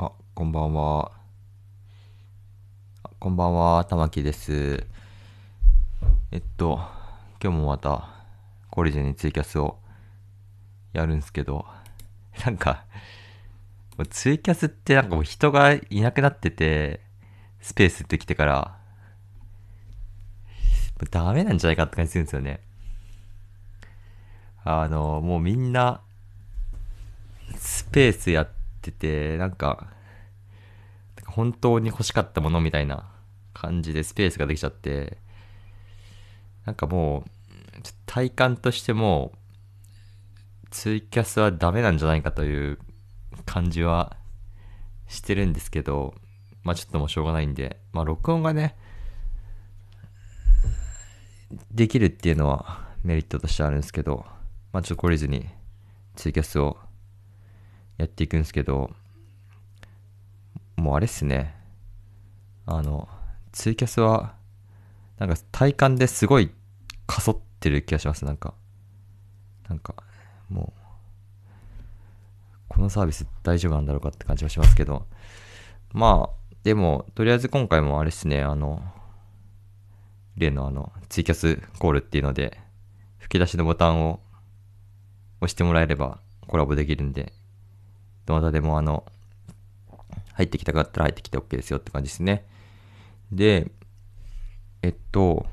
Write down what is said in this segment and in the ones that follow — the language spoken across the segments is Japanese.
こんばんは。こんばんは、玉木です。今日もまた、コリジェにツイキャスをやるんすけど、なんか、もうツイキャスってなんかもう人がいなくなってて、スペースってきてから、もうダメなんじゃないかって感じするんですよね。もうみんな、スペースやってて、なんか本当に欲しかったものみたいな感じでスペースができちゃって、なんかもう、体感としても、ツイキャスはダメなんじゃないかという感じはしてるんですけど、まあちょっともうしょうがないんで、まあ録音がね、できるっていうのはメリットとしてあるんですけど、まあちょっと懲りずにツイキャスをやっていくんですけど、もうあれっすね、あの、ツイキャスは、なんか体感ですごいかそってる気がします。なんか、もう、このサービス大丈夫なんだろうかって感じはしますけど、まあ、でも、とりあえず今回もあれっすね、例のツイキャスコールっていうので、吹き出しのボタンを押してもらえればコラボできるんで、どなたでも入ってきたかったら入ってきて OK ですよって感じですね。で、えっと、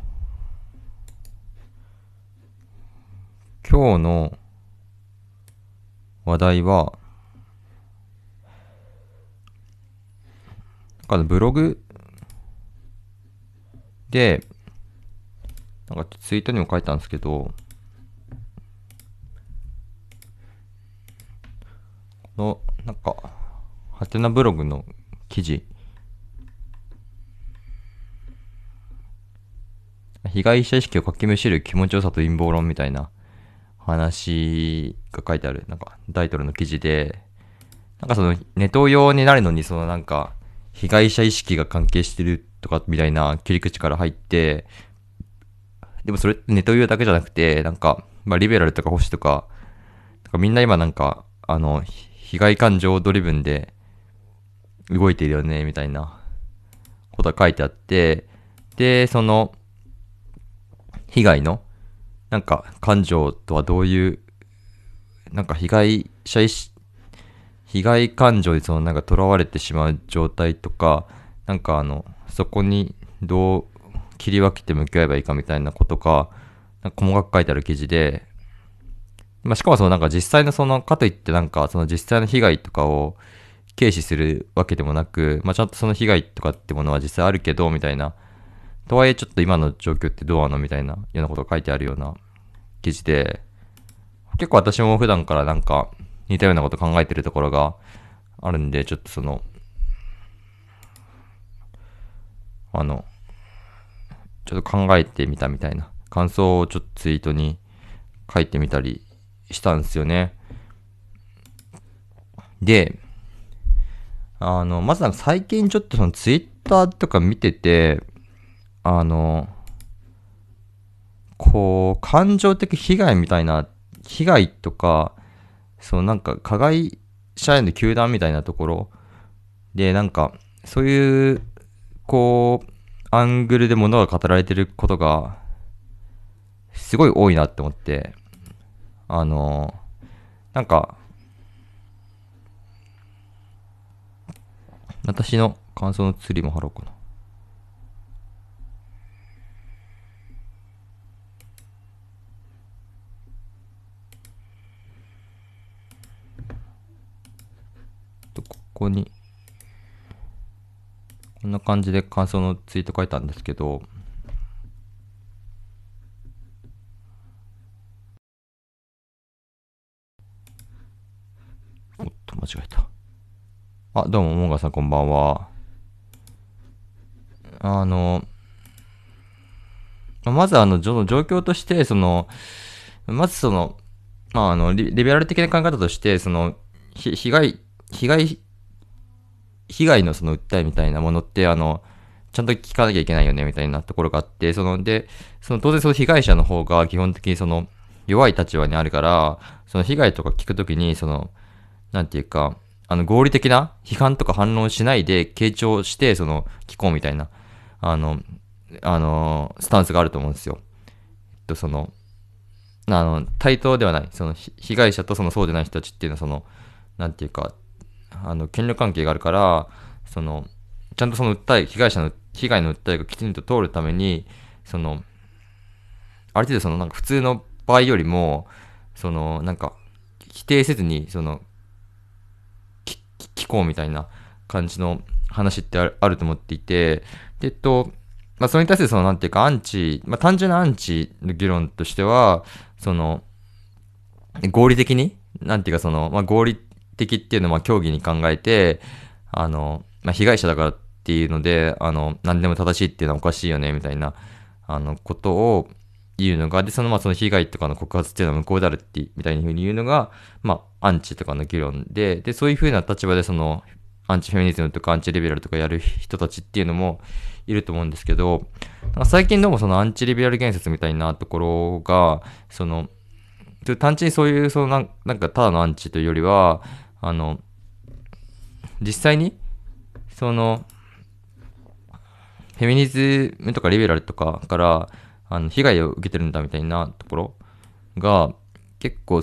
今日の話題は、ブログで、なんかツイートにも書いたんですけど、なんか、ハテナブログの記事、被害者意識をかきむしる気持ちよさと陰謀論みたいな話が書いてある、なんかタイトルの記事で、なんかそのネトウヨになるのになんか被害者意識が関係してるとかみたいな切り口から入って、でもそれってネトウヨだけじゃなくて、なんか、まあリベラルとか保守とか、なんかみんな今なんか、被害感情ドリブンで動いてるよね、みたいなことが書いてあって、で、その被害のなんか感情とはどういう、なんか被害感情になんか囚われてしまう状態とか、なんかそこにどう切り分けて向き合えばいいかみたいなことか、なんか細かく書いてある記事で、まあ、しかもなんか実際のかといってなんかその実際の被害とかを軽視するわけでもなく、まあ、ちゃんとその被害とかってものは実際あるけど、みたいな。とはいえちょっと今の状況ってどうなのみたいなようなことが書いてあるような記事で、結構私も普段からなんか似たようなこと考えてるところがあるんで、ちょっとあの、ちょっと考えてみたみたいな感想をちょっとツイートに書いてみたりしたんですよね。で、まずなんか最近ちょっとそのツイッターとか見てて、あの、こう、感情的被害みたいな、被害とか、なんか加害者への糾弾みたいなところで、なんか、そういう、こう、アングルで物が語られてることが、すごい多いなって思って、あの、なんか、私の感想のツリーも貼ろうかな。ここに、こんな感じで感想のツイート書いたんですけど、おっと、間違えた。どうも、モンガさんこんばんは。あの、まず状況として、まずまあリベラル的な考え方として、被害、被害の訴えみたいなものって、ちゃんと聞かなきゃいけないよね、みたいなところがあって、当然被害者の方が基本的に弱い立場にあるから、被害とか聞くときに、なんていうか、 合理的な批判とか反論しないで、傾聴して、聞こうみたいな、あの、スタンスがあると思うんですよ。その、対等ではない、被害者とそうでない人たちっていうのは、なんていうか、権力関係があるから、ちゃんと被害の訴えがきちんと通るために、その、ある程度なんか普通の場合よりも、なんか、否定せずに、聞こうみたいな感じの話ってあると思っていて、で、まあ、それに対するなんていうか、まあ、単純なアンチの議論としては、合理的に、なんていうかまあ、合理的っていうのは、まあ、競技に考えて、まあ、被害者だからっていうので、何でも正しいっていうのはおかしいよね、みたいな、ことを言うのが、で、まあ、その被害とかの告発っていうのは無効であるって、みたいな風に言うのが、まあ、アンチとかの議論で、そういう風な立場でアンチフェミニズムとかアンチリベラルとかやる人たちっていうのもいると思うんですけど、最近どうもアンチリベラル言説みたいなところが、単純にそういう、なんかただのアンチというよりは、実際に、フェミニズムとかリベラルとかから、被害を受けてるんだみたいなところが、結構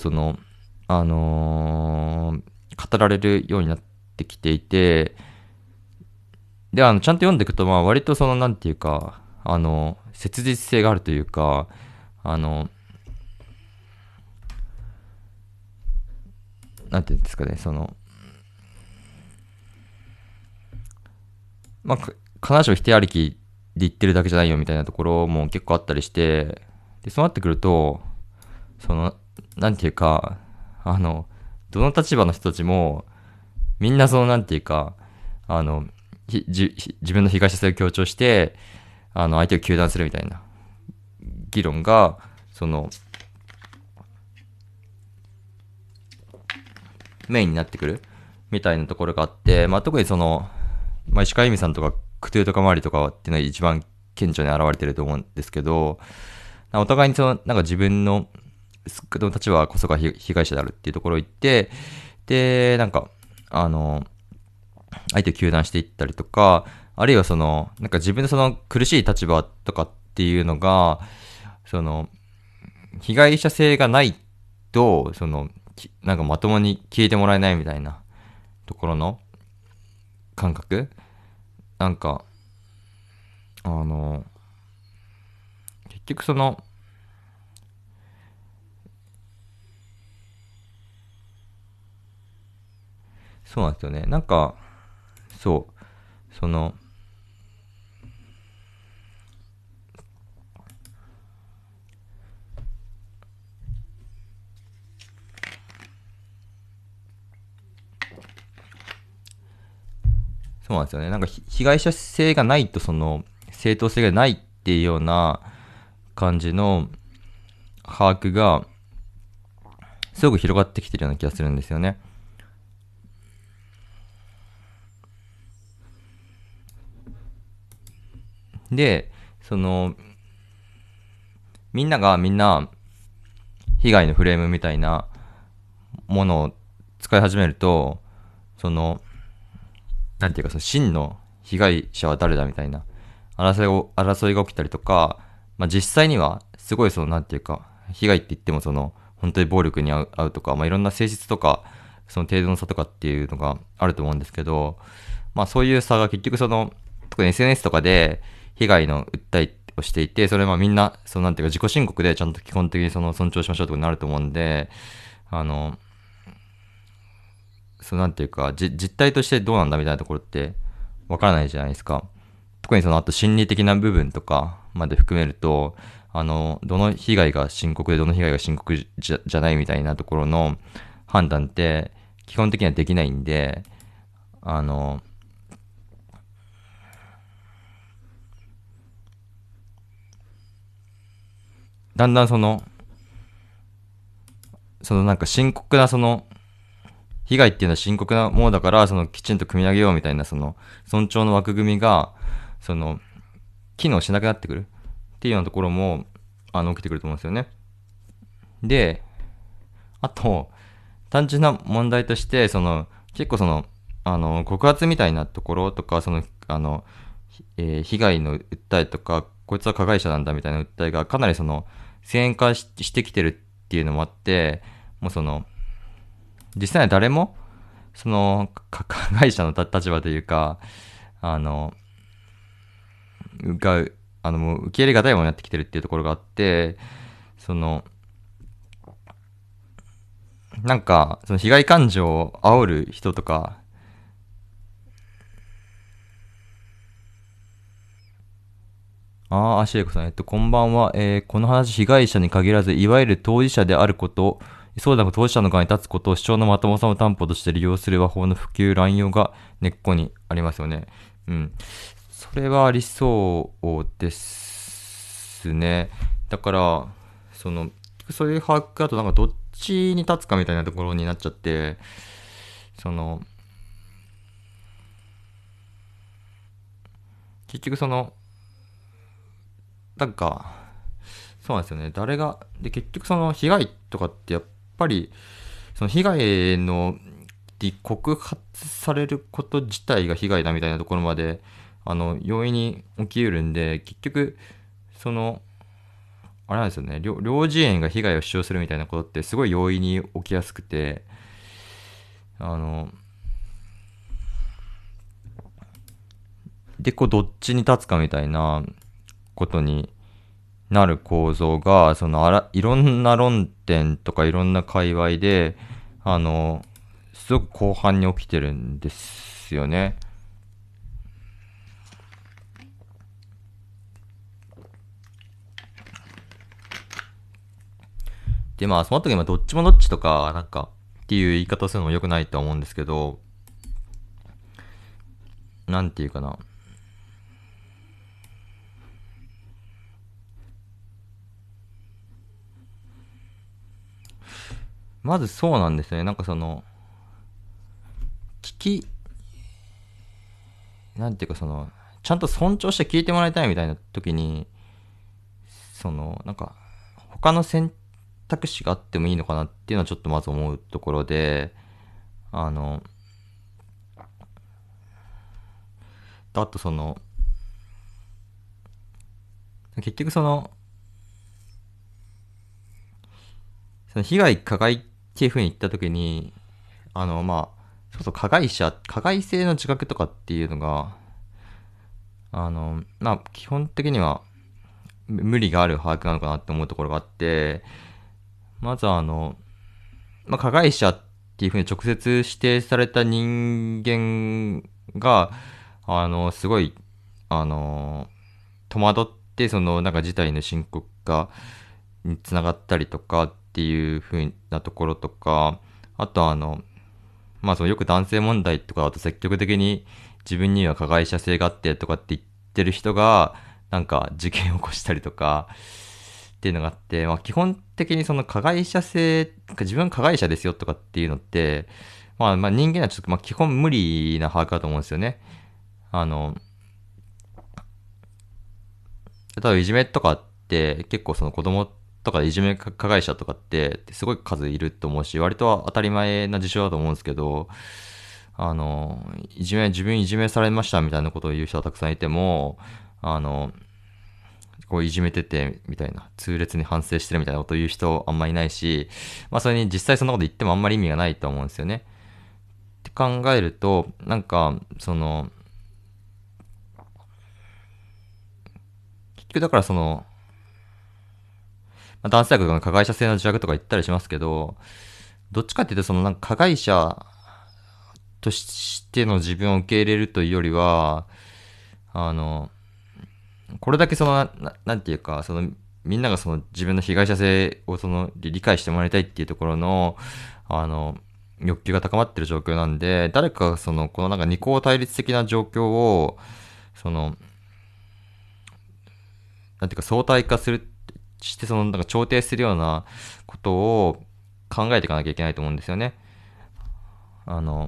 語られるようになってきていて、で、ちゃんと読んでいくと、まあ、割となんていうか、切実性があるというか、なんていうんですかね、まあ、必ずしも否定ありきで言ってるだけじゃないよみたいなところも結構あったりして、で、そうなってくると、なんていうか、どの立場の人たちも、みんななんていうか、あの、自分の被害者性を強調して、相手を糾弾するみたいな議論が、メインになってくるみたいなところがあって、まあ、特にまあ、石川由美さんとか、クトゥーとか周りとかっていうのは一番顕著に現れてると思うんですけど、お互いになんか自分の立場こそが被害者であるっていうところを言って、で、なんか、相手を糾弾していったりとか、あるいはなんか自分の苦しい立場とかっていうのが、被害者性がないと、なんかまともに聞いてもらえないみたいなところの感覚なんか、あの、結局そうなんですよね。なんか、そう、そうなんですよね。なんか被害者性がないと正当性がないっていうような感じの把握がすごく広がってきてるような気がするんですよね。で、みんながみんな被害のフレームみたいなものを使い始めると、なんていうか真の被害者は誰だみたいな争いが起きたりとか、まあ、実際にはすごいなんていうか、被害って言っても本当に暴力に遭うとか、まあ、いろんな性質とか、程度の差とかっていうのがあると思うんですけど、まあそういう差が結局特に SNS とかで被害の訴えをしていて、それはみんな、なんていうか自己申告でちゃんと基本的に尊重しましょうとかになると思うんで、あの、なんていうか、実態としてどうなんだみたいなところってわからないじゃないですか。特にあと心理的な部分とかまで含めると、どの被害が深刻でどの被害が深刻じゃないみたいなところの判断って基本的にはできないんで、あの、だんだんなんか深刻な被害っていうのは深刻なものだから、きちんと組み上げようみたいな尊重の枠組みが、機能しなくなってくるっていうようなところも、起きてくると思うんですよね。で、あと、単純な問題として、 結構その、告発みたいなところとか、その、被害の訴えとか、こいつは加害者なんだみたいな訴えがかなりその、先鋭化してきてるっていうのもあって、もうその、実際は誰も、その、加害者の立場というか、あの、が、もう受け入れがたいものになってきてるっていうところがあって、その、なんか、その被害感情を煽る人とか、アシエコさん、こんばんは。この話、被害者に限らず、いわゆる当事者であること、そうだ当事者の側に立つことを主張のまともさの担保として利用する和法の普及乱用が根っこにありますよね。うん。それはありそうですね。だから、その、そういう把握だとなんかどっちに立つかみたいなところになっちゃって、その、結局その、なんか、そうなんですよね。で、結局その被害とかってやっぱり、その被害の告発されること自体が被害だみたいなところまで、容易に起きうるんで、結局、その、あれなんですよね、領事園が被害を主張するみたいなことってすごい容易に起きやすくて、あの、で、こう、どっちに立つかみたいなことになる構造が、いろんな論点とかいろんな界隈で、あの、すごく広範に起きてるんですよね。で、まあ、その時、どっちもどっちとか、なんか、っていう言い方をするのも良くないと思うんですけど、なんていうかな。まずそうなんですね。なんかその、聞き、なんていうかその、ちゃんと尊重して聞いてもらいたいみたいな時に、その、なんか、他の選択肢があってもいいのかなっていうのはちょっとまず思うところで、あの、あとその、結局その被害加害っていう風に言った時に、まあ、そうそう、加害性の自覚とかっていうのが、まあ、基本的には無理がある把握なのかなって思うところがあって、まずまあ、加害者っていうふうに直接指定された人間が、すごい、あの、戸惑って、その、なんか事態の深刻化につながったりとかっていうふうなところとか、あとまあ、そのよく男性問題とかだと積極的に自分には加害者性があってとかって言ってる人が、なんか事件を起こしたりとか、っていうのがあって、まあ基本的にその加害者性、自分加害者ですよとかっていうのって、まあ人間はちょっとまあ基本無理な把握だと思うんですよね。あの、例えばいじめとかって結構その子供とかでいじめ加害者とかってすごい数いると思うし、割と当たり前な事象だと思うんですけど、自分いじめされましたみたいなことを言う人はたくさんいても、あの、こういじめてて、みたいな、痛烈に反省してるみたいなことを言う人あんまいないし、まあそれに実際そんなこと言ってもあんまり意味がないと思うんですよね。って考えると、なんか、結局だからまあ、男性学の加害者性の自覚とか言ったりしますけど、どっちかっていうとなんか加害者としての自分を受け入れるというよりは、あの、これだけなんていうか、みんなが自分の被害者性を理解してもらいたいっていうところの、あの、欲求が高まってる状況なんで、誰かがこのなんか二項対立的な状況を、その、なんていうか相対化して、なんか調停するようなことを考えていかなきゃいけないと思うんですよね。あの、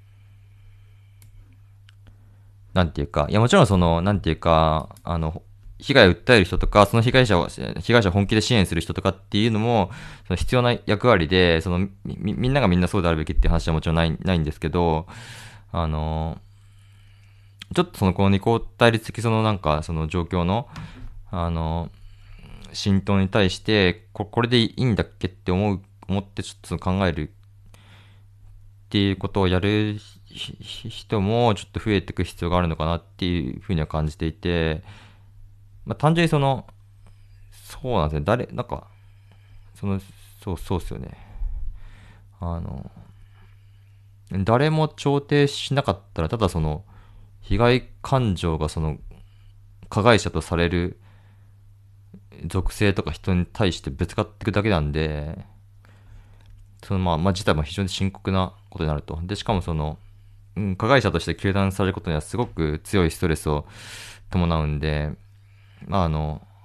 なんていうか、いやもちろんなんていうか、 被害を訴える人とか、その被害者を本気で支援する人とかっていうのも、その必要な役割で、みんながみんなそうであるべきっていう話はもちろんないんですけど、あの、ちょっとこの二項対立的その状況の、あの、浸透に対して、これでいいんだっけって思ってちょっと考えるっていうことをやる人もちょっと増えていく必要があるのかなっていうふうには感じていて、まあ単純にそうなんですね。なんか、その、そうっすよね。あの、誰も調停しなかったら、ただ被害感情が加害者とされる属性とか人に対してぶつかっていくだけなんで、自体も非常に深刻なことになると。で、しかも加害者として糾弾されることにはすごく強いストレスを伴うんで、まあ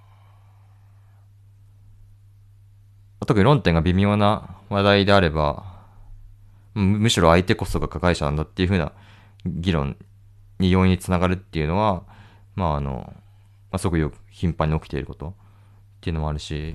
特に論点が微妙な話題であれば、むしろ相手こそが加害者なんだっていう風な議論に容易につながるっていうのは、まあすごく頻繁に起きていることっていうのもあるし、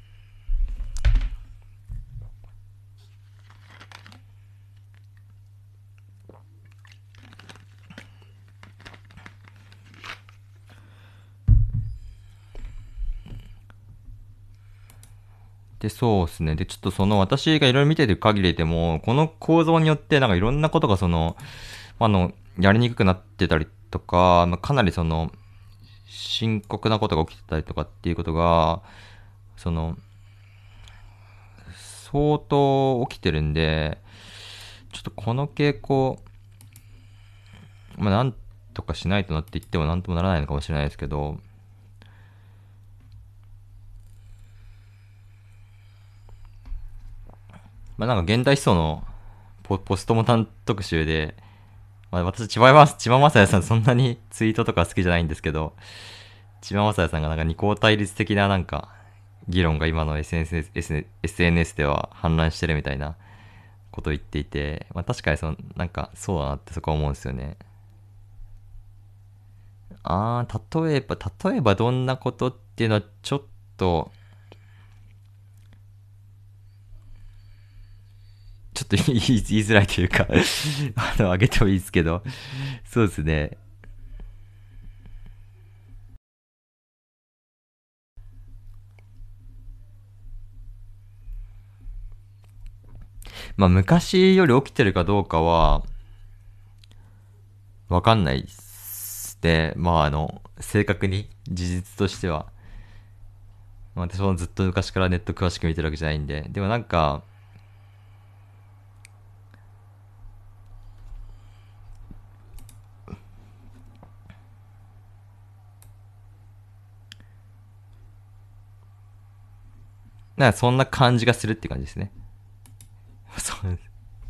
で、そうですね。で、ちょっと私がいろいろ見てる限りでも、この構造によってなんかいろんなことがやりにくくなってたりとか、かなり深刻なことが起きてたりとかっていうことが、その、相当起きてるんで、ちょっとこの傾向、なんとかしないとなって言ってもなんともならないのかもしれないですけど、なんか現代思想のポストモダン特集で、私、千葉雅也さんそんなにツイートとか好きじゃないんですけど、千葉雅也さんがなんか二項対立的ななんか議論が今の SNS では氾濫してるみたいなことを言っていて、確かになんかそうだなってそこは思うんですよね。例えばどんなことっていうのはちょっと、ちょっと言いづらいというかあげてもいいですけど、そうですね。昔より起きてるかどうかは、わかんないっすね。正確に、事実としては。私もずっと昔からネット詳しく見てるわけじゃないんで。でもなんか、なんかそんな感じがするって感じですね。そう。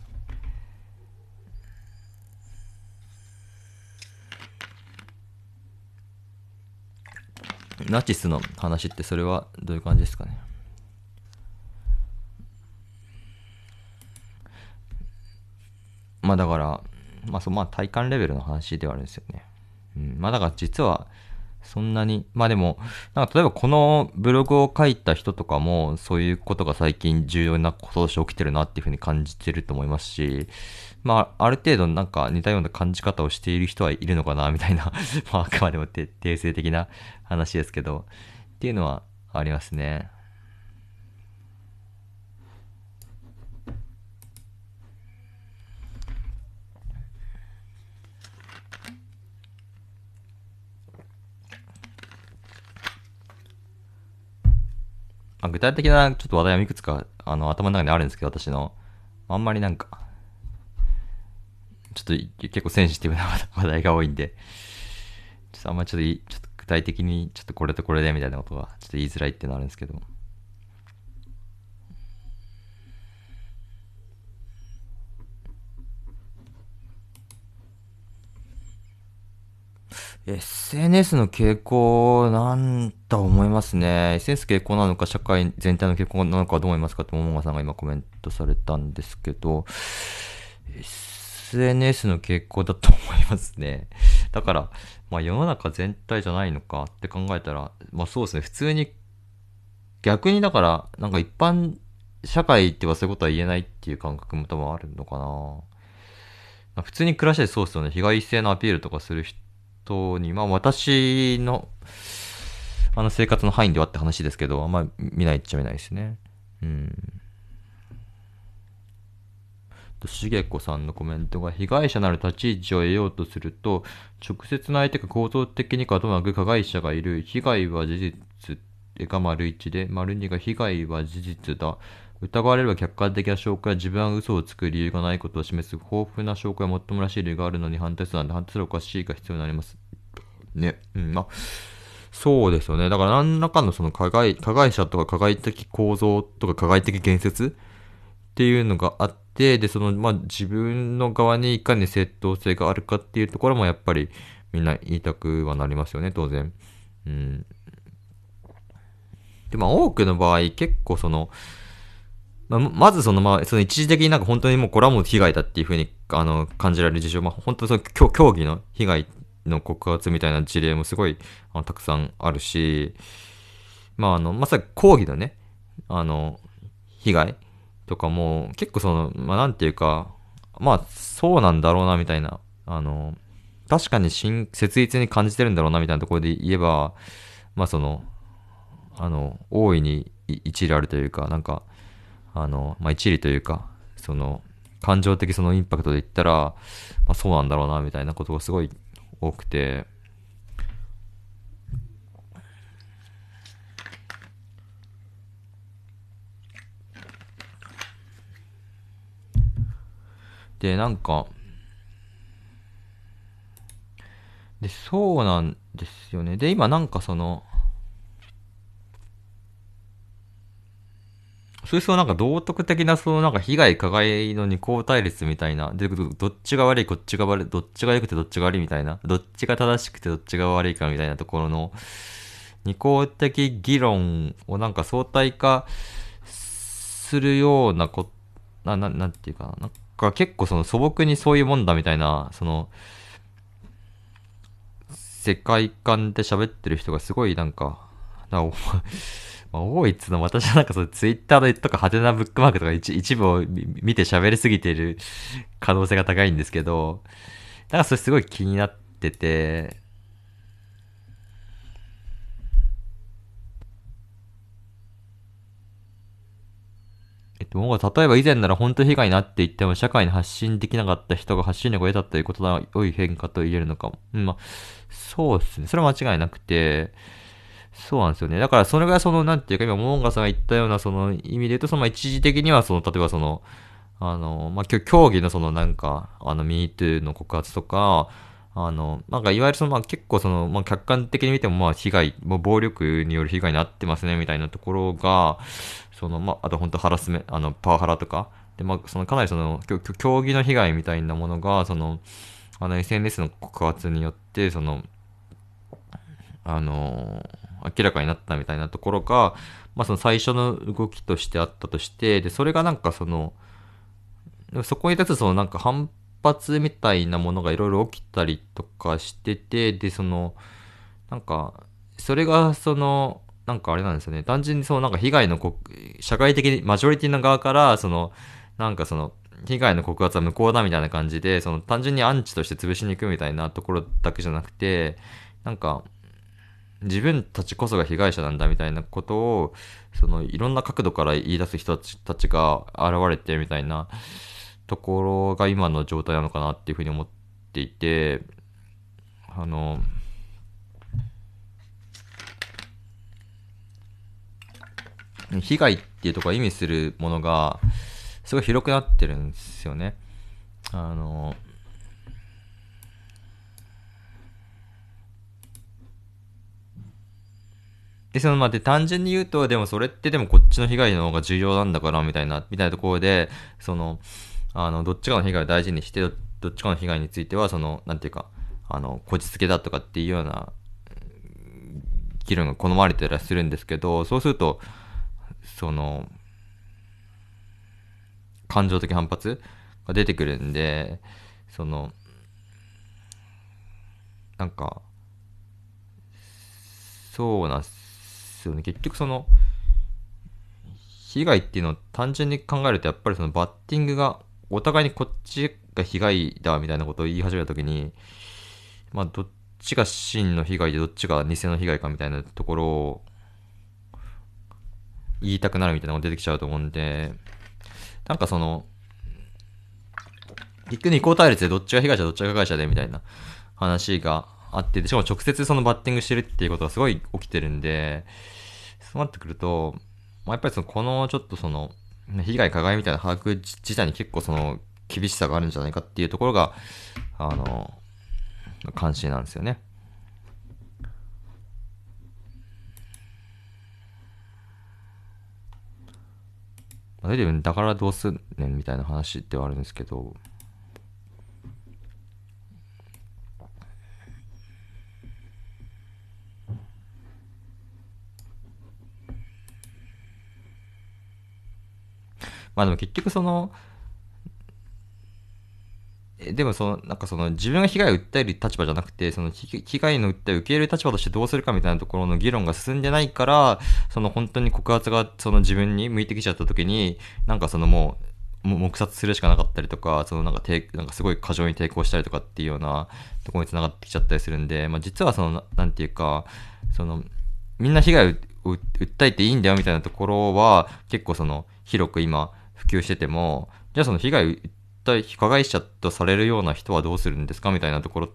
ナチスの話ってそれはどういう感じですかね。だから、体感レベルの話ではあるんですよね。うん。だから実は、そんなに、でも、なんか例えばこのブログを書いた人とかも、そういうことが最近重要なこととして起きてるなっていうふうに感じてると思いますし、ある程度なんか似たような感じ方をしている人はいるのかな、みたいなあくまでも定性的な話ですけど、っていうのはありますね。具体的なちょっと話題はいくつか、頭の中にあるんですけど、私の。あんまりなんか、ちょっと結構センシティブな話題が多いんで、ちょっとあんまりちょっと具体的に、ちょっとこれとこれでみたいなことが、ちょっと言いづらいっていうのはあるんですけど。SNS の傾向なんだと思いますね。SNS 傾向なのか、社会全体の傾向なのかどう思いますかって、桃川さんが今コメントされたんですけど、SNS の傾向だと思いますね。 だから、まあ世の中全体じゃないのかって考えたら、まあそうですね、普通に、逆にだから、なんか一般社会ってはそういうことは言えないっていう感覚も多分あるのかな。まあ普通に暮らしてそうですよね、被害性のアピールとかする人に、まあ私の、生活の範囲ではって話ですけど、あんま見ないっちゃ見ないですね。うん。しげこさんのコメントが、被害者なる立ち位置を得ようとすると、直接の相手が構造的にかとなく加害者がいる。被害は事実が丸一で、丸二が被害は事実だ。疑われれば客観的な証拠や自分は嘘をつく理由がないことを示す豊富な証拠やもっともらしい理由があるのに反対するなんて反対するおかしいが必要になります。ね。うん。まあ、そうですよね。だから何らかのその加害者とか加害的構造とか加害的言説っていうのがあって、で、その、まあ、自分の側にいかに正当性があるかっていうところもやっぱりみんな言いたくはなりますよね、当然。うん。で、まあ、多くの場合、結構その、まずその、まあ、その一時的になんか本当にもうこれはもう被害だっていうふうに、感じられる事象、まあ、本当にその競技の被害の告発みたいな事例もすごい、たくさんあるし、まあ、まさに抗議のね、あの、被害とかも、結構その、まあ、なんていうか、まあ、そうなんだろうな、みたいな。確かに切実に感じてるんだろうな、みたいなところで言えば、まあ、その、大いに一理あるというか、なんか、まあ、一理というか、その、感情的そのインパクトで言ったら、まあ、そうなんだろうな、みたいなことがすごい多くて、で、なんか、で、そうなんですよね。で、今なんかその、そういうそのなんか道徳的なそのなんか被害加害の二項対立みたいな。で、どっちが悪い、こっちが悪い、どっちが良くてどっちが悪いみたいな。どっちが正しくてどっちが悪いかみたいなところの二項的議論をなんか相対化するようななんていうかな。なんか結構その素朴にそういうもんだみたいな、その世界観で喋ってる人がすごいなんか、なんかまあ、多いっつうのは私はなんかそのツイッターとか派手なブックマークとか一部を見て喋りすぎてる可能性が高いんですけど、なんかそれすごい気になってて、もう例えば以前なら本当に被害になっていっても社会に発信できなかった人が発信力を得たということは良い変化と言えるのかも。うん、まあ、そうですね。それは間違いなくて、そうなんですよね。だからそれがその、なんていうか今、モンガさんが言ったようなその意味で言うと、そのまあ一時的にはその、例えばその、まあ、競技のそのなんか、MeToo の告発とか、なんかいわゆるその、まあ、結構その、まあ、客観的に見ても、まあ、被害、もう暴力による被害になってますね、みたいなところが、その、まあ、あと本当ハラスメ、パワハラとか、で、まあ、そのかなりその、競技の被害みたいなものが、その、SNS の告発によって、その、明らかになったみたいなところが、まあ、その最初の動きとしてあったとして、で、それがなんかその、そこに立つそのなんか反発みたいなものがいろいろ起きたりとかしてて、で、その、なんか、それがその、なんかあれなんですよね。単純にそのなんか被害の社会的に、マジョリティの側から、その、なんかその、被害の告発は無効だみたいな感じで、その単純にアンチとして潰しに行くみたいなところだけじゃなくて、なんか、自分たちこそが被害者なんだみたいなことを、そのいろんな角度から言い出す人たちが現れてみたいなところが今の状態なのかなっていうふうに思っていて、あの、被害っていうところが意味するものが、すごい広くなってるんですよね。あの、で、その、まあ、で、単純に言うと、でもそれってでもこっちの被害の方が重要なんだから、みたいなところで、その、どっちかの被害を大事にして、どっちかの被害については、その、なんていうか、こじつけだとかっていうような議論が好まれてたりするんですけど、そうすると、その、感情的反発が出てくるんで、その、 なんか、そうなんですよね。結局その、被害っていうのを単純に考えると、やっぱりそのバッティングが、お互いにこっちが被害だみたいなことを言い始めたときに、まあ、どっちが真の被害でどっちが偽の被害かみたいなところを言いたくなるみたいなのが出てきちゃうと思うんで、なんかその、結局二項対立でどっちが被害者どっちが加害者でみたいな話があって、しかも直接そのバッティングしてるっていうことがすごい起きてるんで、そうなってくると、まあ、やっぱりその、このちょっとその、被害加害みたいな把握自体に結構その、厳しさがあるんじゃないかっていうところが、あの、関心なんですよね。だからどうすんねんみたいな話ではあるんですけど、まあでも結局その、でもその、なんかその自分が被害を訴える立場じゃなくて、その被害の訴えを受け入れる立場としてどうするかみたいなところの議論が進んでないから、その本当に告発がその自分に向いてきちゃった時に、なんかそのもう黙殺するしかなかったりとか、そのなんかすごい過剰に抵抗したりとかっていうようなところに繋がってきちゃったりするんで、まあ実はその、なんていうか、その、みんな被害を訴えていいんだよみたいなところは、結構その、広く今普及してても、じゃあその被害対加害者とされるような人はどうするんですかみたいなところって、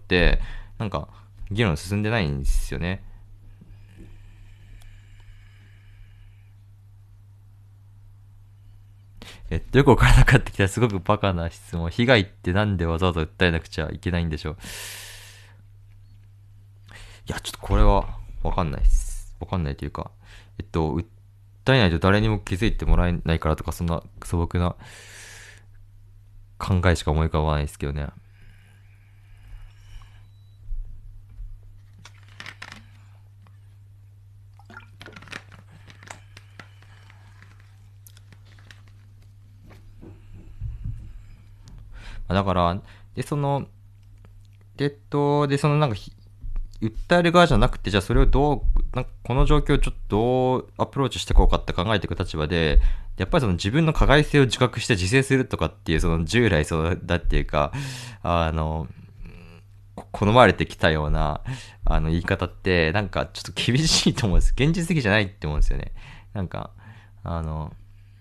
なんか、議論進んでないんですよね。よくわからなかったきたすごくバカな質問。被害ってなんでわざわざ訴えなくちゃいけないんでしょう。いや、ちょっとこれはわかんないです。わかんないというか、訴えないと誰にも気づいてもらえないからとか、そんな素朴な考えしか思い浮かばないですけどね。だから、で、その、で、そのなんか訴える側じゃなくて、じゃあそれをなんかこの状況をちょっとどうアプローチしていこうかって考えていく立場で、やっぱりその自分の加害性を自覚して自制するとかっていう、その従来そうだっていうか、あの、好まれてきたような、言い方って、なんかちょっと厳しいと思うんです。現実的じゃないって思うんですよね。なんか、あの、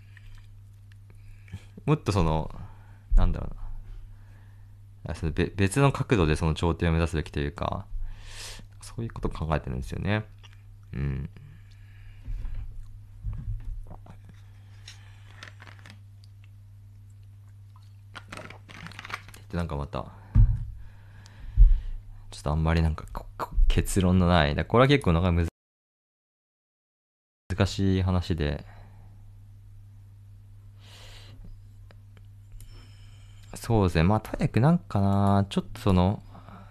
もっとその、なんだろうな。その別の角度でその頂点を目指すべきというか、そういうことを考えてるんですよね。うん。で、なんかまた、ちょっとあんまりなんか結論のない。これは結構なんか難しい話で、そうですね。まあ、とにかくなんかな、ちょっとその、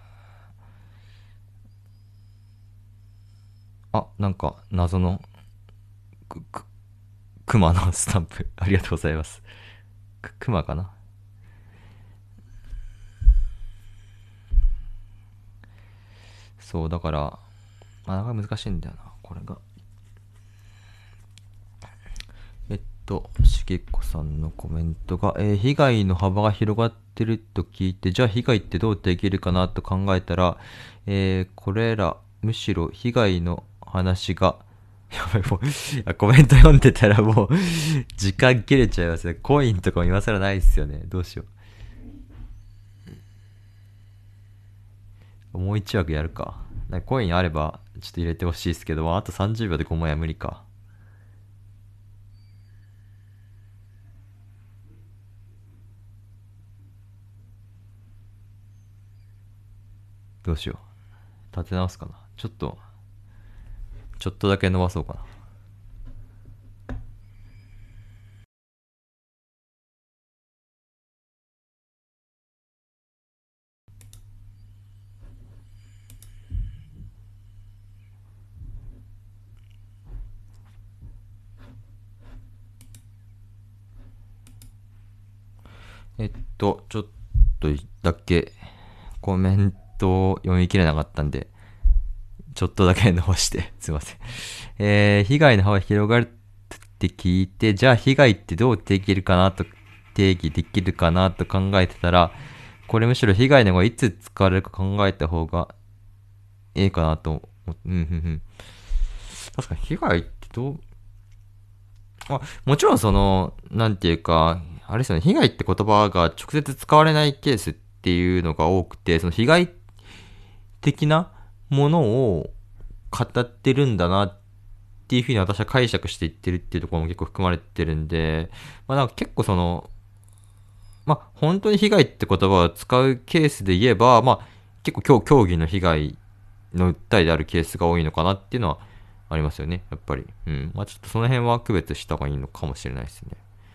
なんか謎のく、く、熊のスタンプ。ありがとうございます。熊かな。そう、だから、なかなか難しいんだよな、これが。しげこさんのコメントが、被害の幅が広がってると聞いて、じゃあ被害ってどうできるかなと考えたら、これら、むしろ被害の話が、やばい、もう、コメント読んでたらもう、時間切れちゃいますね。コインとかも今更ないっすよね。どうしよう。もう1枠やるか。コインあれば、ちょっと入れてほしいですけど、あと30秒で5万円は無理か。どうしよう。立て直すかな。ちょっとだけ伸ばそうかな。ちょっとだけコメンと読み切れなかったんで、ちょっとだけ伸ばして、すいません。被害の幅が広がるって聞いて、じゃあ被害ってどう定義できるかなと考えてたら、これむしろ被害の方がいつ使われるか考えた方がいいかなと思って、確かに被害ってもちろんなんていうか、あれですよね、被害って言葉が直接使われないケースっていうのが多くて、その被害的なものを語ってるんだなっていうふうに私は解釈していってるっていうところも結構含まれてるんで、なんか結構本当に被害って言葉を使うケースで言えば、結構競技の被害の訴えであるケースが多いのかなっていうのはありますよね、やっぱり。ちょっとその辺は区別した方がいいのかもしれないですね。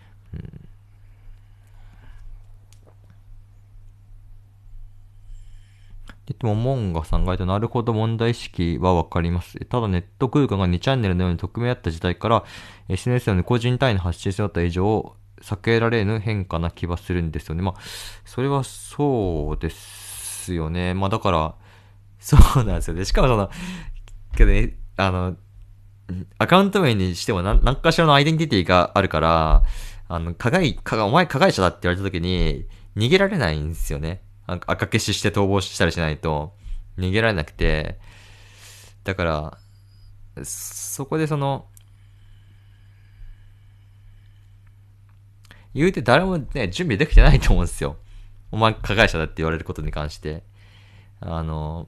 でも、モンガさんが言った、なるほど、問題意識はわかります。ただ、ネット空間が2チャンネルのように匿名だった時代から、SNS なので個人単位の発信者だった以上、避けられぬ変化な気はするんですよね。それはそうですよね。だから、そうなんですよね。しかもけどね、アカウント名にしても何かしらのアイデンティティがあるから、お前加害者だって言われた時に、逃げられないんですよね。赤消しして逃亡したりしないと、逃げられなくて、だから、そこで言うて誰もね、準備できてないと思うんですよ。お前加害者だって言われることに関して。あの、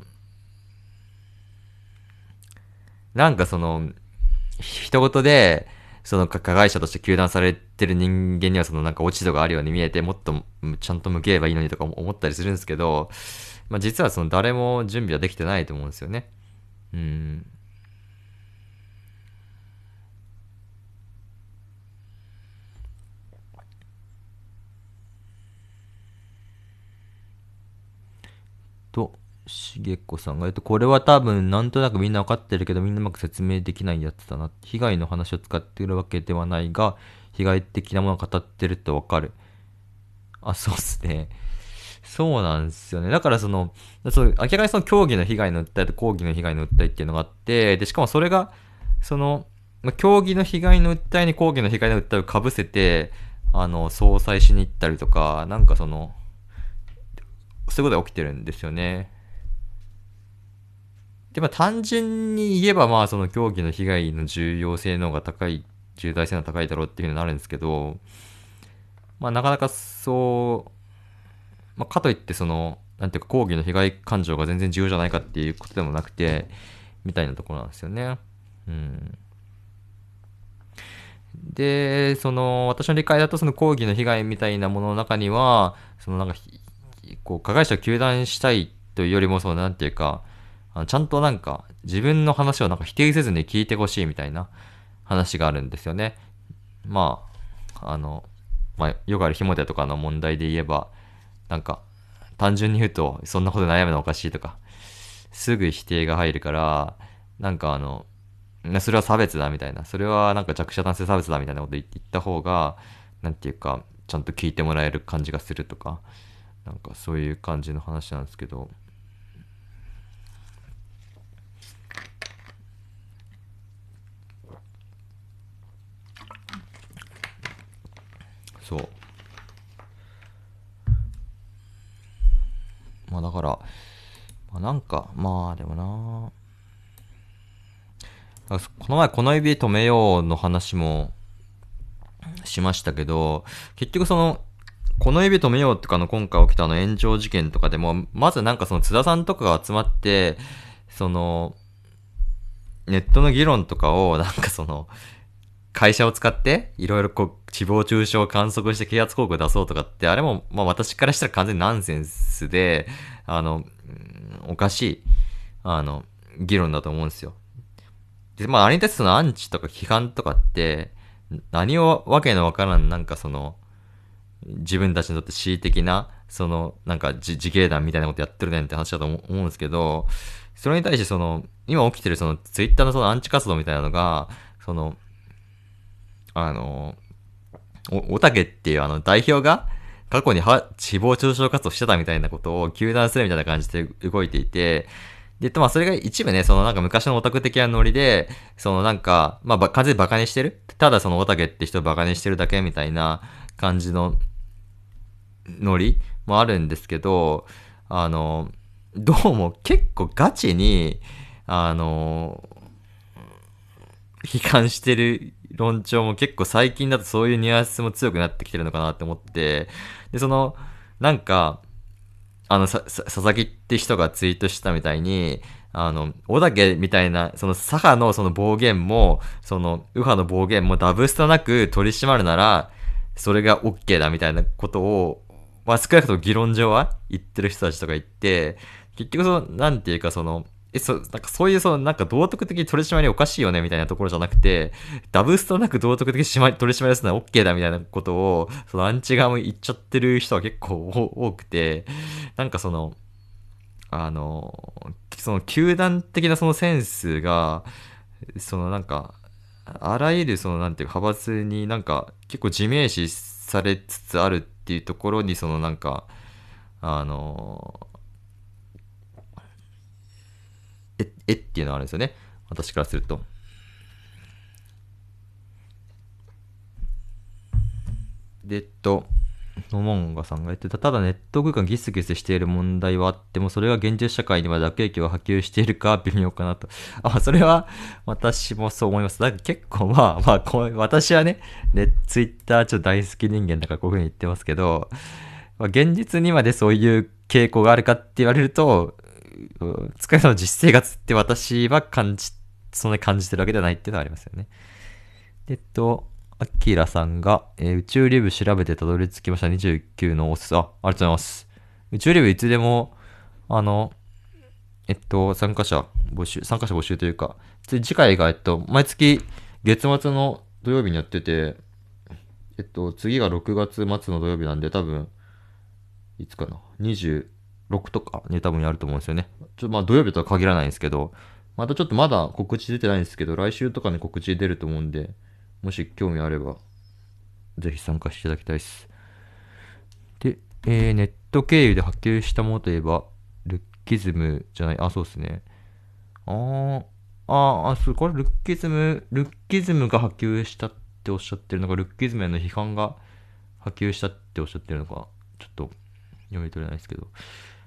なんか一言で、加害者として糾弾されてる人間にはなんか落ち度があるように見えて、もっとちゃんと向ければいいのにとか思ったりするんですけど、実は誰も準備はできてないと思うんですよね。うん。と、しげこさんが言うと、これは多分なんとなくみんなわかってるけど、みんなうまく説明できないやつだな。被害の話を使っているわけではないが、被害的なものを語ってるとわかる。そうっすね。そうなんですよね。だから明らかに競技の被害の訴えと抗議の被害の訴えっていうのがあって、で、しかもそれが、競技の被害の訴えに抗議の被害の訴えを被せて、総裁しに行ったりとか、なんかそういうことが起きてるんですよね。で、単純に言えば、競技の被害の重要性の方が高い、重大性の高いだろうっていうふうになるんですけど、なかなかかといってなんていうか、抗議の被害感情が全然重要じゃないかっていうことでもなくて、みたいなところなんですよね。うん。で、私の理解だと抗議の被害みたいなものの中には、なんか加害者を糾弾したいというよりも、なんていうか、ちゃんとなんか、自分の話をなんか否定せずに聞いてほしいみたいな話があるんですよね。まよくあるひも手とかの問題で言えば、なんか、単純に言うと、そんなこと悩むのおかしいとか、すぐ否定が入るから、なんかそれは差別だみたいな、それはなんか弱者男性差別だみたいなこと言った方が、なんていうか、ちゃんと聞いてもらえる感じがするとか、なんかそういう感じの話なんですけど、そう。だから、なんか、でもこの前この指止めようの話もしましたけど、結局この指止めようとかの今回起きた炎上事件とかでも、まずなんか津田さんとかが集まって、ネットの議論とかをなんか会社を使って、いろいろ誹謗中傷を観測して啓発広告出そうとかって、あれも、私からしたら完全にナンセンスで、おかしい、議論だと思うんですよ。で、あれに対してアンチとか批判とかって、何をわけのわからん、なんか自分たちにとって恣意的な、なんか自警団みたいなことやってるねんって話だと思うんですけど、それに対して今起きてるツイッターのアンチ活動みたいなのが、あの、おたけっていう代表が、 過去に誹謗中傷活動してたみたいなことを糾弾するみたいな感じで動いていて、で、まあそれが一部ね、そのなんか昔のオタク的なノリで、そのなんか、まあ完全にバカにしてる。ただそのオタケって人をバカにしてるだけみたいな感じのノリもあるんですけど、あの、どうも結構ガチに、あの、批判してる論調も結構最近だとそういうニュアンスも強くなってきてるのかなって思って、で、なんか、佐々木って人がツイートしたみたいに、小竹みたいな、その左派のその暴言も、その右派の暴言もダブストなく取り締まるなら、それが OK だみたいなことを、まあ少なくとも議論上は言ってる人たちとか言って、結局なんていうかなんかそういうなんか道徳的取り締まりおかしいよねみたいなところじゃなくて、ダブストなく道徳的取り締まりするのは OK だみたいなことを、そのアンチ側も言っちゃってる人は結構多くて、なんかその球団的なそのセンスが、なんか、あらゆるなんていうか派閥になんか結構自明視されつつあるっていうところになんか、あの、っていうのがあるんですよね。私からすると。で、ノモンガさんが言ってた、ただネット空間ギスギスしている問題はあっても、それが現実社会にまで悪影響が波及しているか微妙かなと。それは私もそう思います。だから結構私はね、ツイッターちょっと大好き人間だからこういう風に言ってますけど、現実にまでそういう傾向があるかって言われると、疲れの実生活って私はそんなに感じてるわけではないっていうのはありますよね。アキラさんが、宇宙リブ調べてたどり着きました。29のおすす。ありがとうございます。宇宙リブいつでも、あの、参加者募集というか、次回が、毎月月末の土曜日にやってて、次が6月末の土曜日なんで、多分、いつかな、26とかに多分やると思うんですよね。まあ土曜日とは限らないんですけど、またちょっとまだ告知出てないんですけど、来週とかに告知出ると思うんで、もし興味あれば、ぜひ参加していただきたいです。で、ネット経由で波及したものといえば、ルッキズムじゃない、そうですね。これルッキズムが波及したっておっしゃってるのか、ルッキズムへの批判が波及したっておっしゃってるのか、ちょっと読み取れないですけど。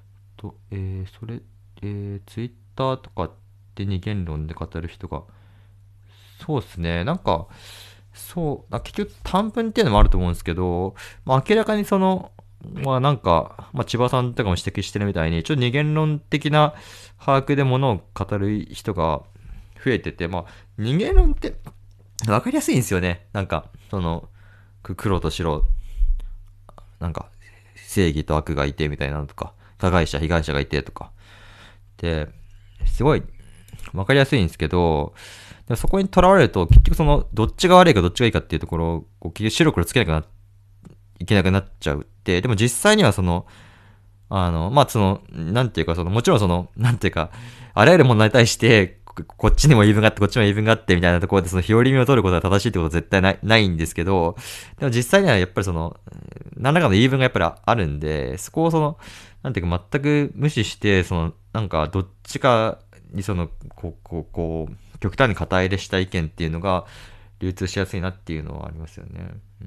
ツイッターとかって二元論で語る人が、そうですね、なんか、結局短文っていうのもあると思うんですけど、まあ明らかになんか、まあ千葉さんとかも指摘してるみたいに、ちょっと二元論的な把握でものを語る人が増えてて、まあ二元論ってわかりやすいんですよね。なんか、黒と白、なんか、正義と悪がいてみたいなのとか、加害者、被害者がいてとか。で、すごいわかりやすいんですけど、そこにとらわれると、結局どっちが悪いかどっちがいいかっていうところを、結局白黒つけなくいけなくなっちゃうって、でも実際にはまあなんていうかもちろんなんていうか、あらゆる問題に対して、こっちにも言い分があって、こっちにも言い分があって、みたいなところで日和見を取ることが正しいってことは絶対ないんですけど、でも実際にはやっぱり何らかの言い分がやっぱりあるんで、そこをなんていうか全く無視して、なんかどっちかに極端に肩入れした意見っていうのが流通しやすいなっていうのはありますよね。うん、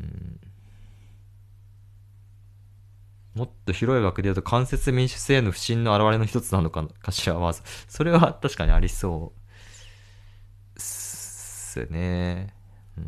もっと広い枠で言うと間接民主制への不信の表れの一つなのかしら。まあ、それは確かにありそうっすね。うん、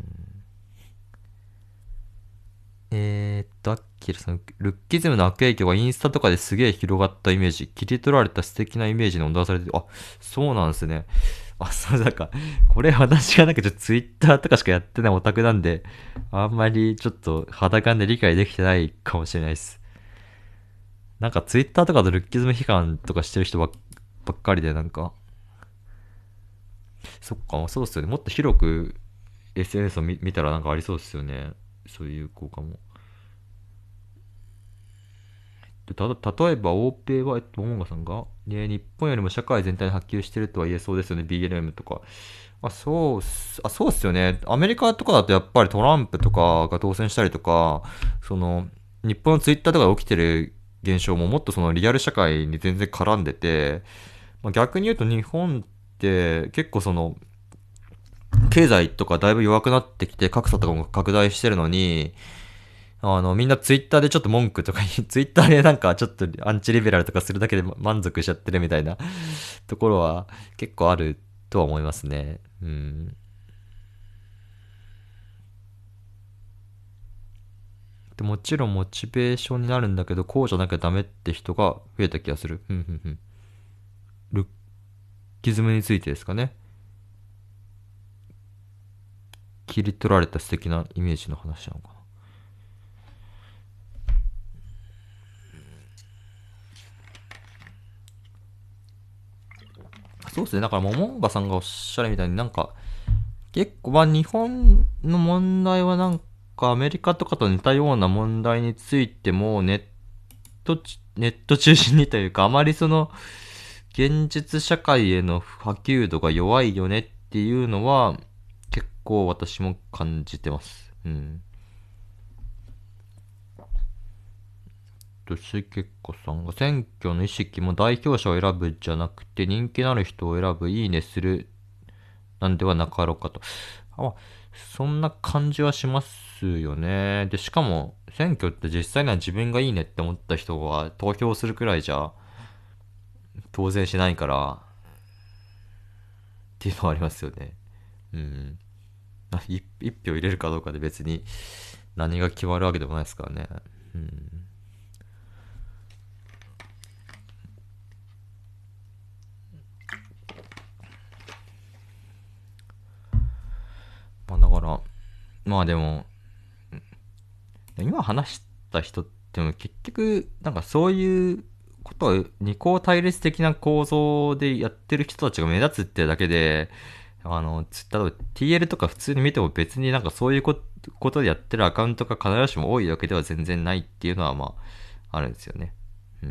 アッキルさん、ルッキズムの悪影響がインスタとかですげえ広がったイメージ、切り取られた素敵なイメージに踊らされてる。そうなんですね。なんか、これ私がなんかツイッターとかしかやってないオタクなんで、あんまりちょっと肌感で理解できてないかもしれないです。なんかツイッターとかでルッキズム批判とかしてる人ばっかりでなんか、そっか、そうっすよね。もっと広く SNS を見たらなんかありそうですよね。そういう効果も。例えば、欧米は、モモンガさんが、日本よりも社会全体に波及してるとは言えそうですよね、BLM とか。そうっすよね。アメリカとかだとやっぱりトランプとかが当選したりとか、 日本のツイッターとかで起きてる現象ももっとそのリアル社会に全然絡んでて、まあ、逆に言うと日本って結構その経済とかだいぶ弱くなってきて格差とかも拡大してるのに、みんなツイッターでちょっと文句とかツイッターでなんかちょっとアンチリベラルとかするだけで満足しちゃってるみたいなところは結構あるとは思いますね。うん。でもちろんモチベーションになるんだけど、こうじゃなきゃダメって人が増えた気がする。うんうんうん。ルッキズムについてですかね。切り取られた素敵なイメージの話なのかな。そうですね。だから、モモンガさんがおっしゃるみたいになんか、結構、まあ、日本の問題はなんか、アメリカとかと似たような問題についても、ネット中心にというか、あまりその、現実社会への波及度が弱いよねっていうのは、結構私も感じてます。うん。しけこさんが選挙の意識も代表者を選ぶじゃなくて人気のある人を選ぶ、いいねするなんではなかろうかと。そんな感じはしますよね。で、しかも選挙って実際には自分がいいねって思った人は投票するくらいじゃ当選しないからっていうのはありますよね。うん。一票入れるかどうかで別に何が決まるわけでもないですからね。うん。まあだから、まあでも、今話した人っても結局、なんかそういうことを二項対立的な構造でやってる人たちが目立つってだけで、例えば TL とか普通に見ても別になんかそういうことでやってるアカウントが必ずしも多いわけでは全然ないっていうのはまあ、あるんですよね。うん。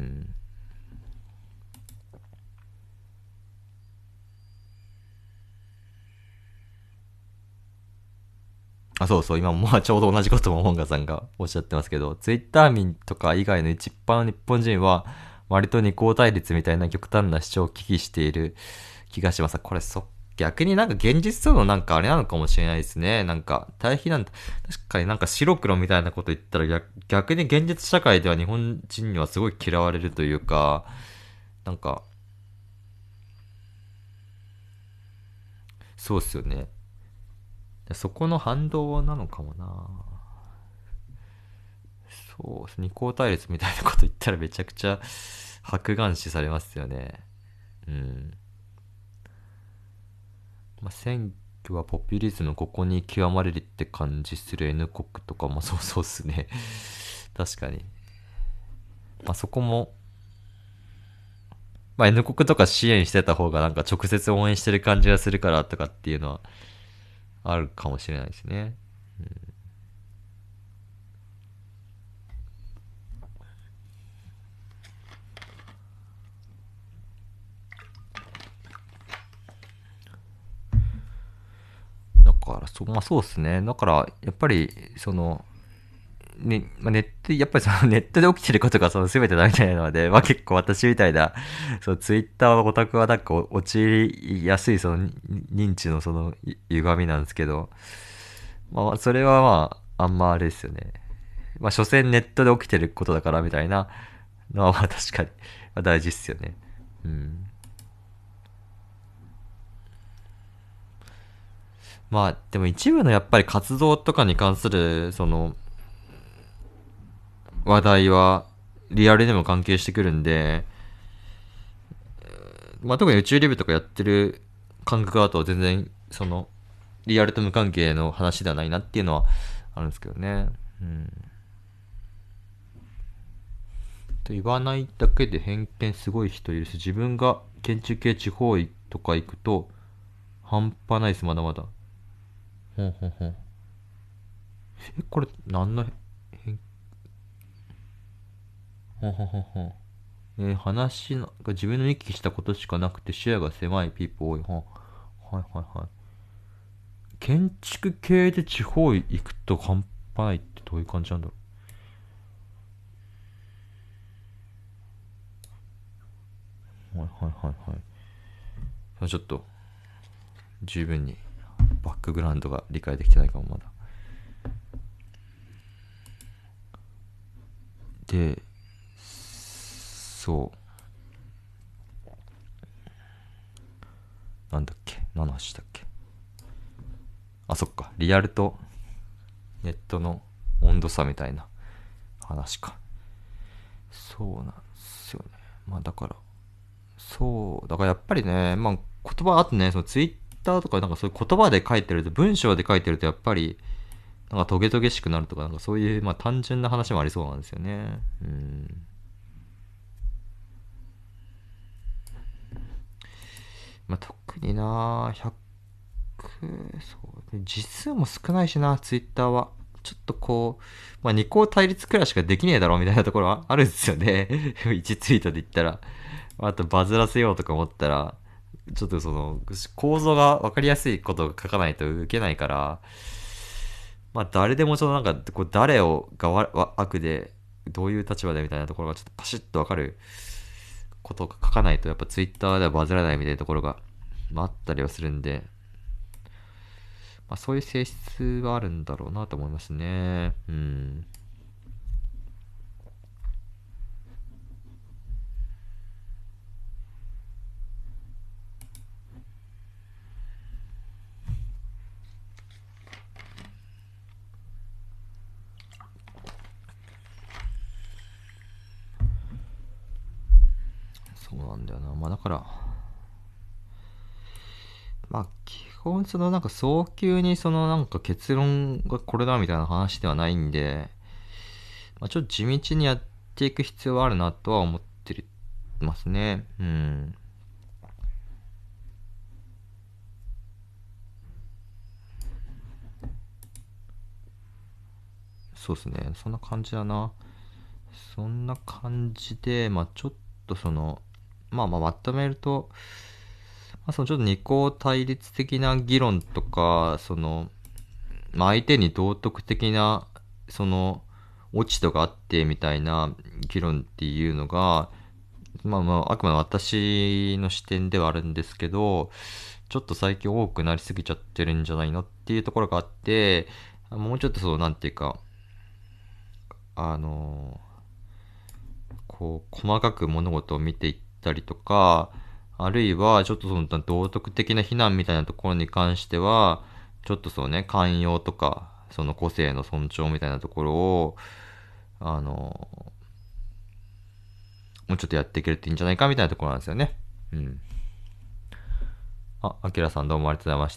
あ、そうそう、今もまあちょうど同じことも本賀さんがおっしゃってますけど、ツイッター民とか以外の一般の日本人は、割と二項対立みたいな極端な主張を危惧している気がします。これ逆になんか現実とのなんかあれなのかもしれないですね。なんか対比なんだ。確かになんか白黒みたいなこと言ったら逆に現実社会では日本人にはすごい嫌われるというか、なんか、そうっすよね。そこの反動なのかもな。そうですね。二項対立みたいなこと言ったらめちゃくちゃ白眼視されますよね。うん。まあ、選挙はポピュリズムここに極まれるって感じする N 国とかもそうそうっすね。確かに。まあそこも、まあ N 国とか支援してた方がなんか直接応援してる感じがするからとかっていうのはあるかもしれないですね。だからまあそうっすね。だからやっぱりその、ね、まあ、やっぱりそのネットで起きてることがその全てだみたいなので、まあ結構私みたいな、そのツイッターのオタクはなんか陥りやすいその認知のその歪みなんですけど、まあそれはまああんまあれですよね。まあ所詮ネットで起きてることだからみたいなのはまあ確かに、まあ、大事っすよね。うん。まあでも一部のやっぱり活動とかに関するその話題はリアルでも関係してくるんで、まあ、特に宇宙リブとかやってる感覚だと全然、その、リアルと無関係の話ではないなっていうのはあるんですけどね。うん。と言わないだけで偏見すごい人いるし、自分が建築系地方とか行くと、半端ないです、まだまだ。ほんほんほん。これ、何の偏、ほんほんほんほん。話が自分の見聞きしたことしかなくて視野が狭いピーポー多い。はいはいはい。建築系で地方行くと半端ないってどういう感じなんだろはいはいはいはい。ちょっと十分にバックグラウンドが理解できてないかもまだ。で、そう、なんだっけ、何の話だっけ。あ、そっか、リアルとネットの温度差みたいな話か。そうなんですよね。まあだから、そうだからやっぱりね、まあ言葉あとね、そのツイッターとかなんかそういう言葉で書いてると、文章で書いてるとやっぱりなんかトゲトゲしくなるとか、なんかそういうまあ単純な話もありそうなんですよね。うん。まあ特にな100、そう実数も少ないしな、ツイッターは。ちょっとこう、まあ二項対立くらいしかできねえだろうみたいなところはあるんですよね。1ツイートで言ったら。あとバズらせようとか思ったら、ちょっとその構造が分かりやすいことを書かないと受けないから、まあ誰でもそのなんかこう誰をが悪でどういう立場でみたいなところがちょっとパシッと分かることを書かないとやっぱツイッターではバズらないみたいなところが、まあ、あったりはするんで、まあ、そういう性質はあるんだろうなと思いますね。うん。そうなんだよな。まあだから、まあ基本そのなんか早急にそのなんか結論がこれだみたいな話ではないんで、まあ、ちょっと地道にやっていく必要はあるなとは思ってますね。うん。そうですね。そんな感じだな。そんな感じで、まあちょっとその、まあまとめると、まあそのちょっと二項対立的な議論とか、その、まあ相手に道徳的な、その、落ち度があってみたいな議論っていうのが、あくまで私の視点ではあるんですけど、ちょっと最近多くなりすぎちゃってるんじゃないのっていうところがあって、もうちょっとそう、なんていうか、あの、こう、細かく物事を見ていったりとか、あるいは、ちょっとその道徳的な非難みたいなところに関しては、ちょっとそうね、寛容とか、その個性の尊重みたいなところを、あの、もうちょっとやっていけるといいんじゃないかみたいなところなんですよね。うん。あ、アキラさんどうもありがとうございました。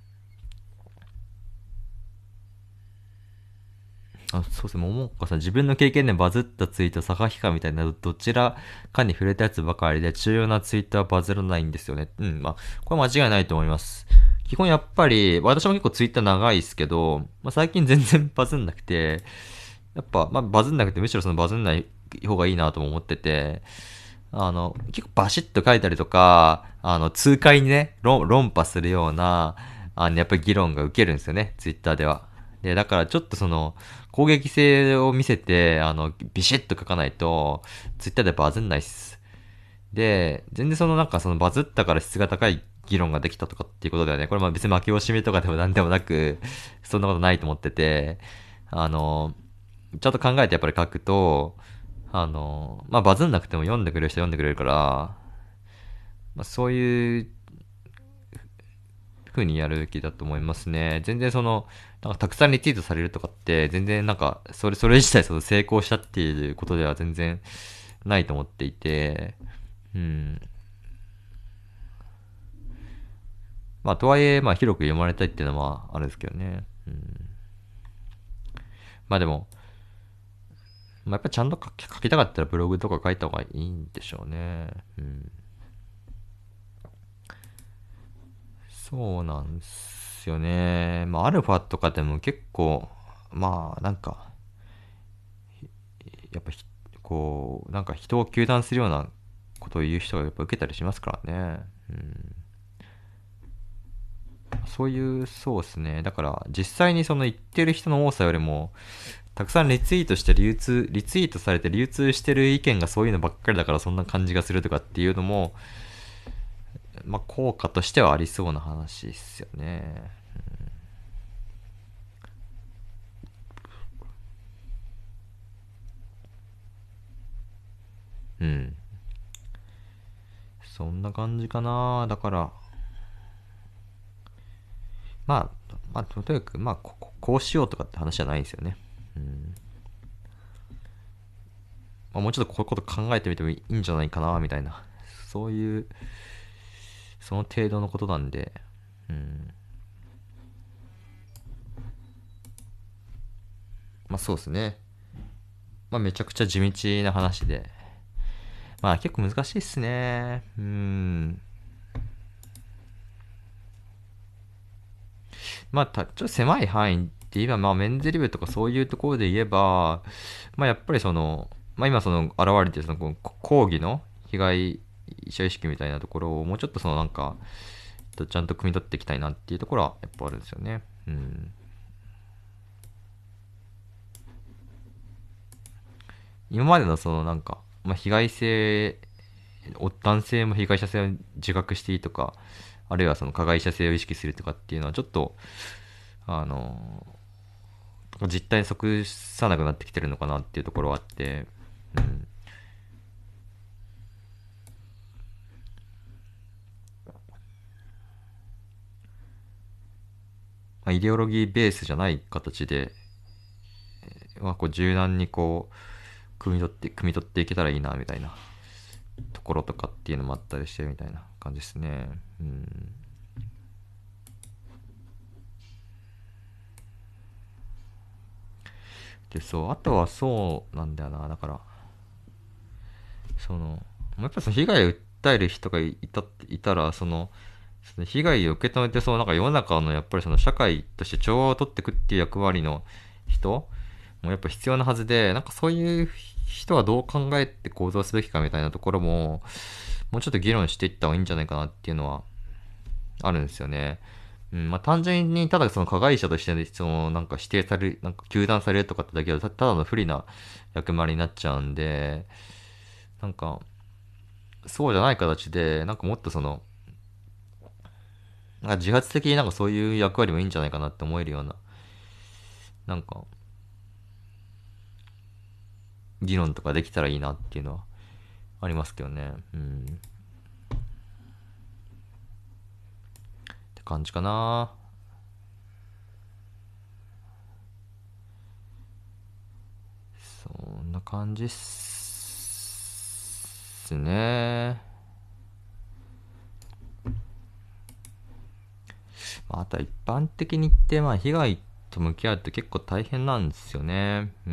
あ、そうですね、ももかさん、自分の経験でバズったツイート、坂ヒカみたいな、どちらかに触れたやつばかりで、重要なツイートはバズらないんですよね。うん、まあ、これ間違いないと思います。基本やっぱり、私も結構ツイッター長いですけど、まあ、最近全然バズんなくて、やっぱ、まあ、バズんなくて、むしろそのバズんない方がいいなとも思ってて、結構バシッと書いたりとか、痛快にね、論破するような、やっぱり議論が受けるんですよね、ツイッターでは。で、だからちょっとその、攻撃性を見せて、ビシッと書かないと、ツイッターでバズんないっす。で、全然そのなんかそのバズったから質が高い議論ができたとかっていうことではね、これまあ別に負け惜しみとかでもなんでもなく、そんなことないと思ってて、あの、ちゃんと考えてやっぱり書くと、まあバズんなくても読んでくれる人読んでくれるから、まあそういう風にやるべきだと思いますね。全然その、なんかたくさんリツイートされるとかって、全然なんか、それ自体その成功したっていうことでは全然ないと思っていて、うん。まあとはいえ、まあ広く読まれたいっていうのはあるんですけどね。うん。まあでも、まあやっぱちゃんと書きたかったらブログとか書いた方がいいんでしょうね。うん。そうなんですよね。まあアルファとかでも結構、まあなんか、やっぱこう、なんか人を糾弾するようなことを言う人がやっぱ受けたりしますからね。うん、そういう、そうですね。だから、実際にその言ってる人の多さよりも、 たくさんリツイートされて流通してる意見がそういうのばっかりだからそんな感じがするとかっていうのも、まあ効果としてはありそうな話ですよね。うん。そんな感じかな。だから、とにかく、こうしようとかって話じゃないんですよね。うん。もうちょっとこういうこと考えてみてもいいんじゃないかな、みたいな。そういう、その程度のことなんで、うん。まあそうですね。めちゃくちゃ地道な話で。結構難しいっすね。うん。ちょっと狭い範囲って言えば、メンズリブとかそういうところで言えば、やっぱり今現れてるこの抗議の被害者意識みたいなところをもうちょっとちゃんと汲み取っていきたいなっていうところはやっぱあるんですよね。うん。今までの被害性、男性も被害者性を自覚していいとか、あるいはその加害者性を意識するとかっていうのはちょっと、あの、実態に即さなくなってきてるのかなっていうところはあって、うん。イデオロギーベースじゃない形で、柔軟に汲み取っていけたらいいな、みたいなところとかっていうのもあったりして、みたいな感じですね。うん。で、そう、あとはそうなんだよな。だから、やっぱ被害を訴える人がいたら、その被害を受け止めて、世の中のやっぱり社会として調和を取っていくっていう役割の人もやっぱ必要なはずで、そういう人はどう考えて行動すべきかみたいなところも、もうちょっと議論していった方がいいんじゃないかなっていうのはあるんですよね。うん、単純にただその加害者として、否定される、糾弾されるとかってだけはただの不利な役割になっちゃうんで、なんか、そうじゃない形で、もっと自発的にそういう役割もいいんじゃないかなって思えるような、なんか、議論とかできたらいいなっていうのはありますけどね。うん。って感じかな。そんな感じっすね。あとは一般的に言って、被害と向き合うって結構大変なんですよね。うん。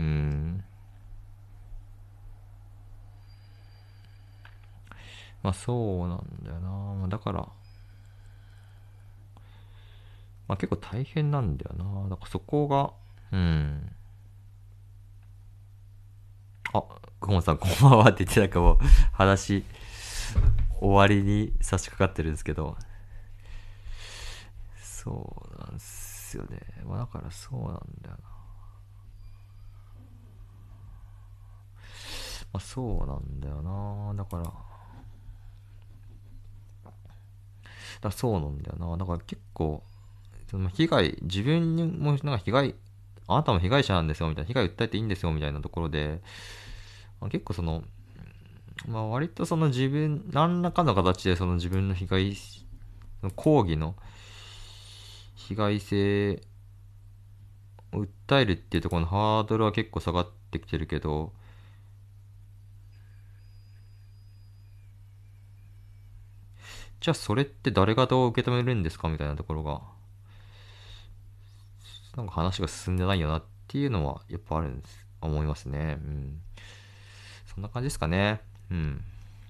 そうなんだよな。だから、結構大変なんだよな。だからそこが、うん。あ、ゴンさんこんばんはって言ってもう話終わりに差し掛かってるんですけど、そうなんすよね。だからそうなんだよな。そうなんだよな。だからそうなんだよな。だから結構、自分にもあなたも被害者なんですよみたいな、被害訴えていいんですよみたいなところで、結構割と何らかの形で自分の抗議の被害性を訴えるっていうところのハードルは結構下がってきてるけど、じゃあそれって誰がどう受け止めるんですかみたいなところが、話が進んでないよなっていうのはやっぱあるんです。思いますね。うん。そんな感じですかね。うん。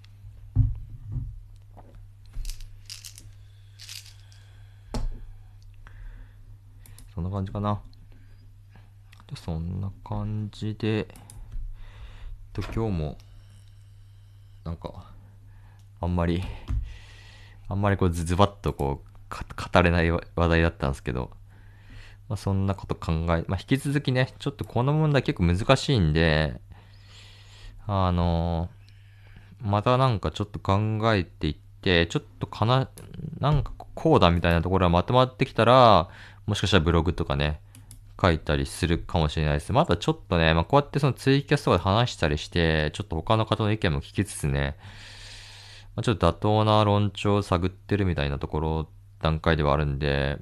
そんな感じかな。そんな感じで、今日も、なんか、あんまり、あんまりズバッと語れない話題だったんですけど、 まあ、そんなこと考え、まあ、引き続きね、ちょっとこの問題結構難しいんで、あのまたなんかちょっと考えていって、ちょっとなんかこうだみたいなところがまとまってきたら、もしかしたらブログとかね、書いたりするかもしれないです。まだちょっとね、まあ、こうやってそのツイキャスとかで話したりして、ちょっと他の方の意見も聞きつつね、まあ、ちょっと妥当な論調を探ってるみたいなところ、段階ではあるんで、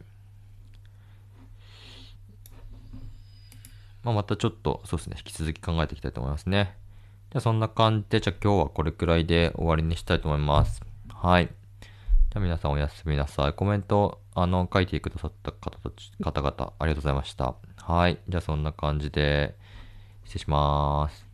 まあ、またちょっと、そうですね、引き続き考えていきたいと思いますね。じゃあそんな感じで、じゃあ今日はこれくらいで終わりにしたいと思います。はい。じゃあ皆さんおやすみなさい。コメント、書いてくださった方々、ありがとうございました。はい。じゃあそんな感じで、失礼します。